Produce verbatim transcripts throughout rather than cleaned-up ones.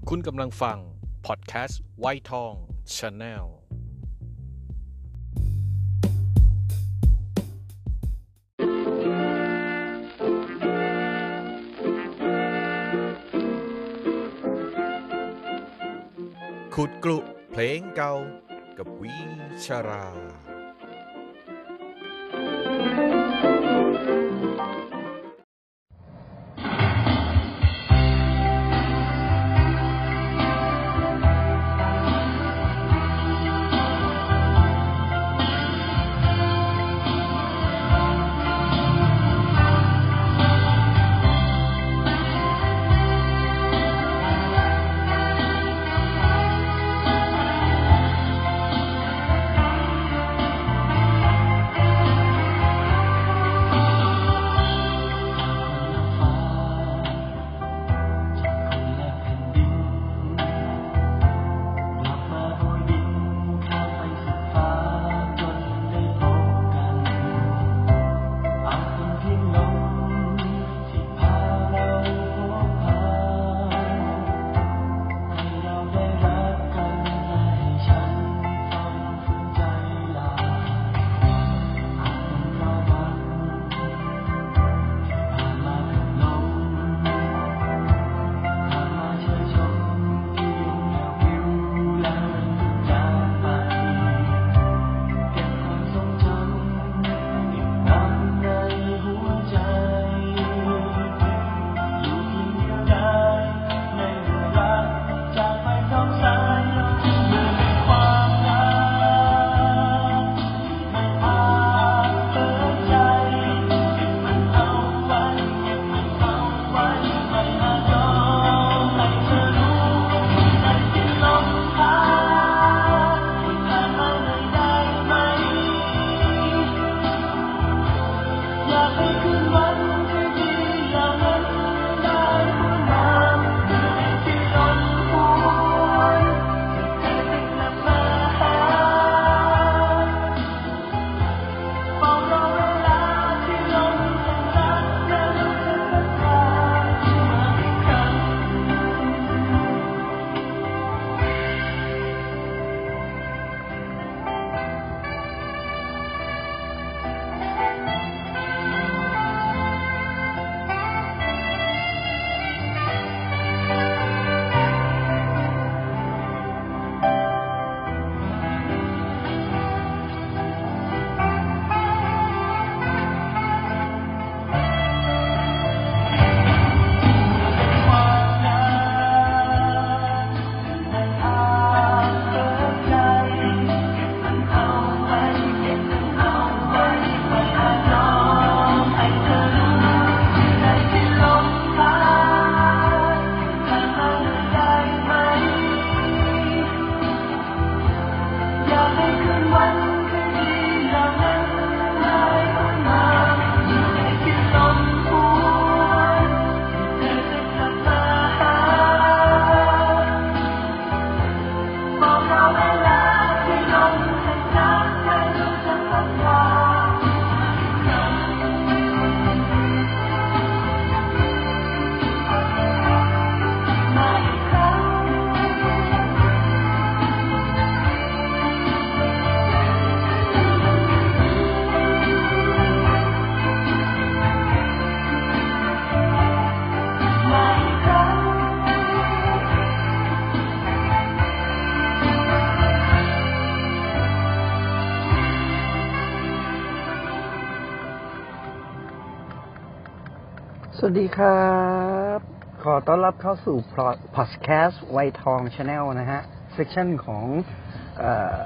คุณกำลังฟังพอดแคสต์ไวท์ทอง Channelขุดกลุ่เพลงเก่ากับวิชาราสวัสดีครับขอต้อนรับเข้าสู่พอดแคสต์ไวท์ทอง Channel นะฮะเซกชันของเอ่อ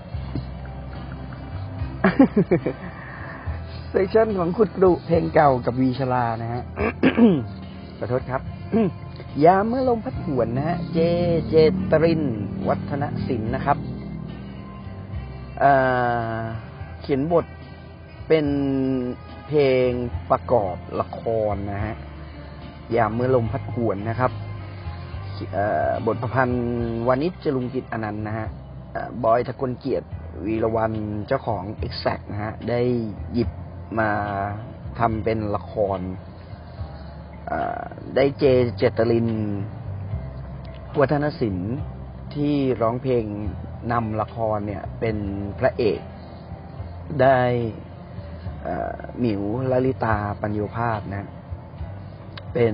เซกชันของขุดกลุ่เพลงเก่ากับวีชลานะฮะ ขอโทษครับ ยามเมื่อลมพัดหวนนะฮะเจเจตรินวัฒนศิลป์นะครับเอ่อเขียนบทเป็นเพลงประกอบละครนะฮะยามเมื่อลมพัดหวนนะครับบทประพันธ์วานิช จรุงกิจอนันต์นะฮะบอยทกลเกียรติวีรวรรณเจ้าของ Exact นะฮะได้หยิบมาทำเป็นละครได้เจเจตรินวัฒนศิลป์ที่ร้องเพลงนำละครเนี่ยเป็นพระเอกได้หมิวลลิตาปัญโยภาสนะเป็น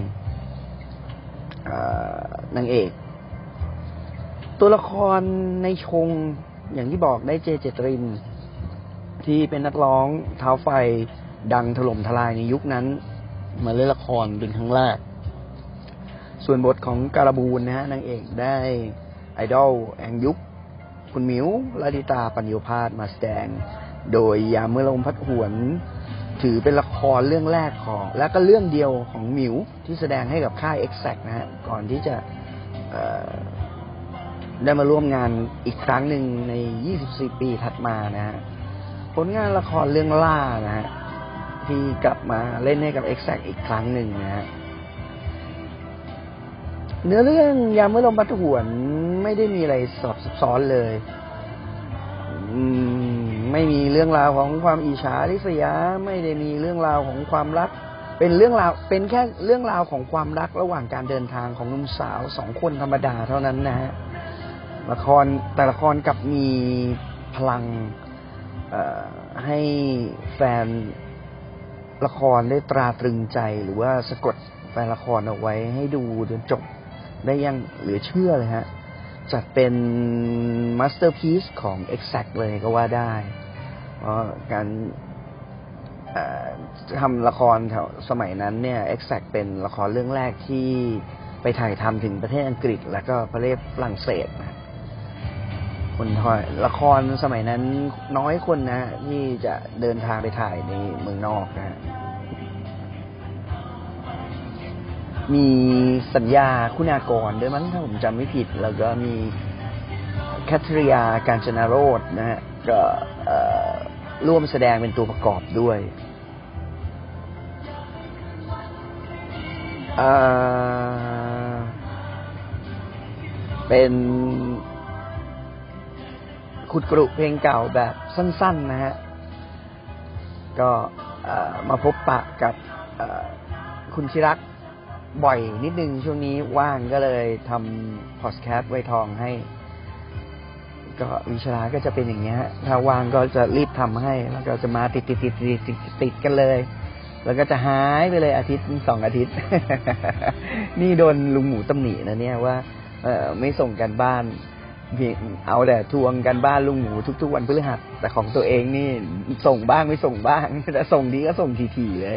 นางเอกตัวละครในชงอย่างที่บอกได้เจเจตรินที่เป็นนักร้องเท้าไฟดังถล่มทลายในยุคนั้นมาเล่นละครเป็นครั้งแรกส่วนบทของการบูนนะฮะนางเอกได้ไอดอลแห่งยุคคุณหมิวลลิตาปัญโยภาสมาแสดงโดยยามเมื่อลมพัดหวนถือเป็นละครเรื่องแรกของและก็เรื่องเดียวของหมิวที่แสดงให้กับค่าย Exact นะฮะก่อนที่จะได้มาร่วมงานอีกครั้งหนึ่งในยี่สิบสี่ปีถัดมานะฮะผลงานละครเรื่องล่านะฮะที่กลับมาเล่นให้กับ Exact อีกครั้งหนึ่งนะฮะเนื้อเรื่องยามเมื่อลมพัดหวนไม่ได้มีอะไรซับซ้อนเลยไม่มีเรื่องราวของความอิจฉาริษยาไม่ได้มีเรื่องราวของความรักเป็นเรื่องราวเป็นแค่เรื่องราวของความรักระหว่างการเดินทางของหนุ่มสาวสองคนธรรมดาเท่านั้นนะฮะละครแต่ละครกับมีพลังให้แฟนละครได้ตราตรึงใจหรือว่าสะกดแฟนละครเอาไว้ให้ดูจนจบได้ยังเหลือเชื่อเลยฮะจัดเป็นมาสเตอร์พีซของ Exact เลยก็ว่าได้เพราะการทำละครแถวสมัยนั้นเนี่ย Exact เป็นละครเรื่องแรกที่ไปถ่ายทำถึงประเทศอังกฤษแล้วก็ประเทศฝรั่งเศสนะคนถ่ายละครสมัยนั้นน้อยคนนะที่จะเดินทางไปถ่ายในเมืองนอกนะมีสัญญาคุณากรด้วยมั้งถ้าผมจำไม่ผิดแล้วก็มีแคทริยาการจนาโรจน์นะฮะก็ร่วมแสดงเป็นตัวประกอบด้วยเป็นขุดกรุเพลงเก่าแบบสั้นๆนะฮะก็มาพบปะกับคุณชิรักบ่อยนิดนึงช่วงนี้ว่างก็เลยทำพอดแคสต์ไวทองให้ก็วิชาก็จะเป็นอย่างเงี้ยถ้าว่างก็จะรีบทำให้แล้วก็จะมาติดติดติดติดติดติดกันเลยแล้วก็จะหายไปเลยอาทิตย์สองอาทิตย์ นี่โดนลุงหมูตำหนินะเนี่ยว่าเออไม่ส่งกันบ้านเอาแต่ทวงกันบ้านลุงหมูทุกๆวันพฤหัสแต่ของตัวเองนี่ส่งบ้างไม่ส่งบ้างแต่ส่งดีก็ส่งถี่ๆเลย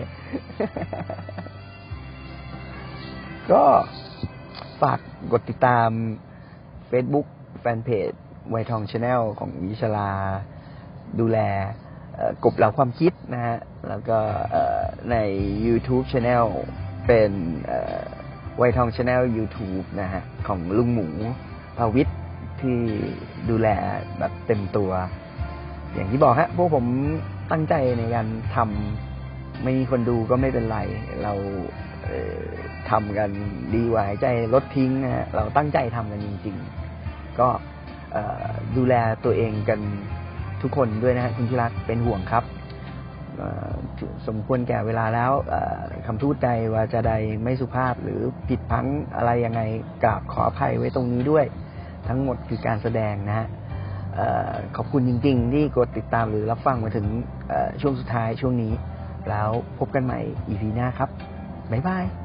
ก็ฝากกดติดตาม Facebook แฟนเพจไวทอง Channel ของวิชลาดูแลกบเหล่าความคิดนะฮะแล้วก็ใน YouTube Channel เป็นไวทอง Channel YouTube นะฮะของลุงหมูภาวิทย์ที่ดูแลแบบเต็มตัวอย่างที่บอกฮะพวกผมตั้งใจในการทำไม่มีคนดูก็ไม่เป็นไรเราทำกันดีกว่าหายใจลดทิ้งนะฮะเราตั้งใจทำกันจริงๆก็ดูแลตัวเองกันทุกคนด้วยนะฮะคุณชิรักเป็นห่วงครับสมควรแก่เวลาแล้วคำพูดใดวาจาใดไม่สุภาพหรือผิดพลั้งอะไรยังไงกราบขออภัยไว้ตรงนี้ด้วยทั้งหมดคือการแสดงนะฮะขอบคุณจริงๆที่กดติดตามหรือรับฟังมาถึงช่วงสุดท้ายช่วงนี้แล้วพบกันใหม่ อี พี หน้าครับบ๊ายบาย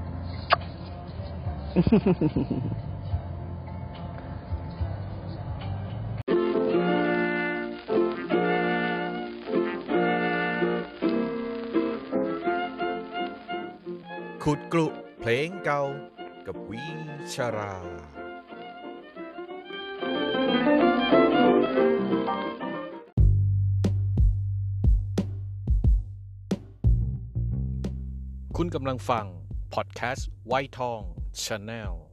ขุดกรุเพลงเก่ากับวิชาราคุณกำลังฟังพอดแคสต์ไวท์ทอง Channel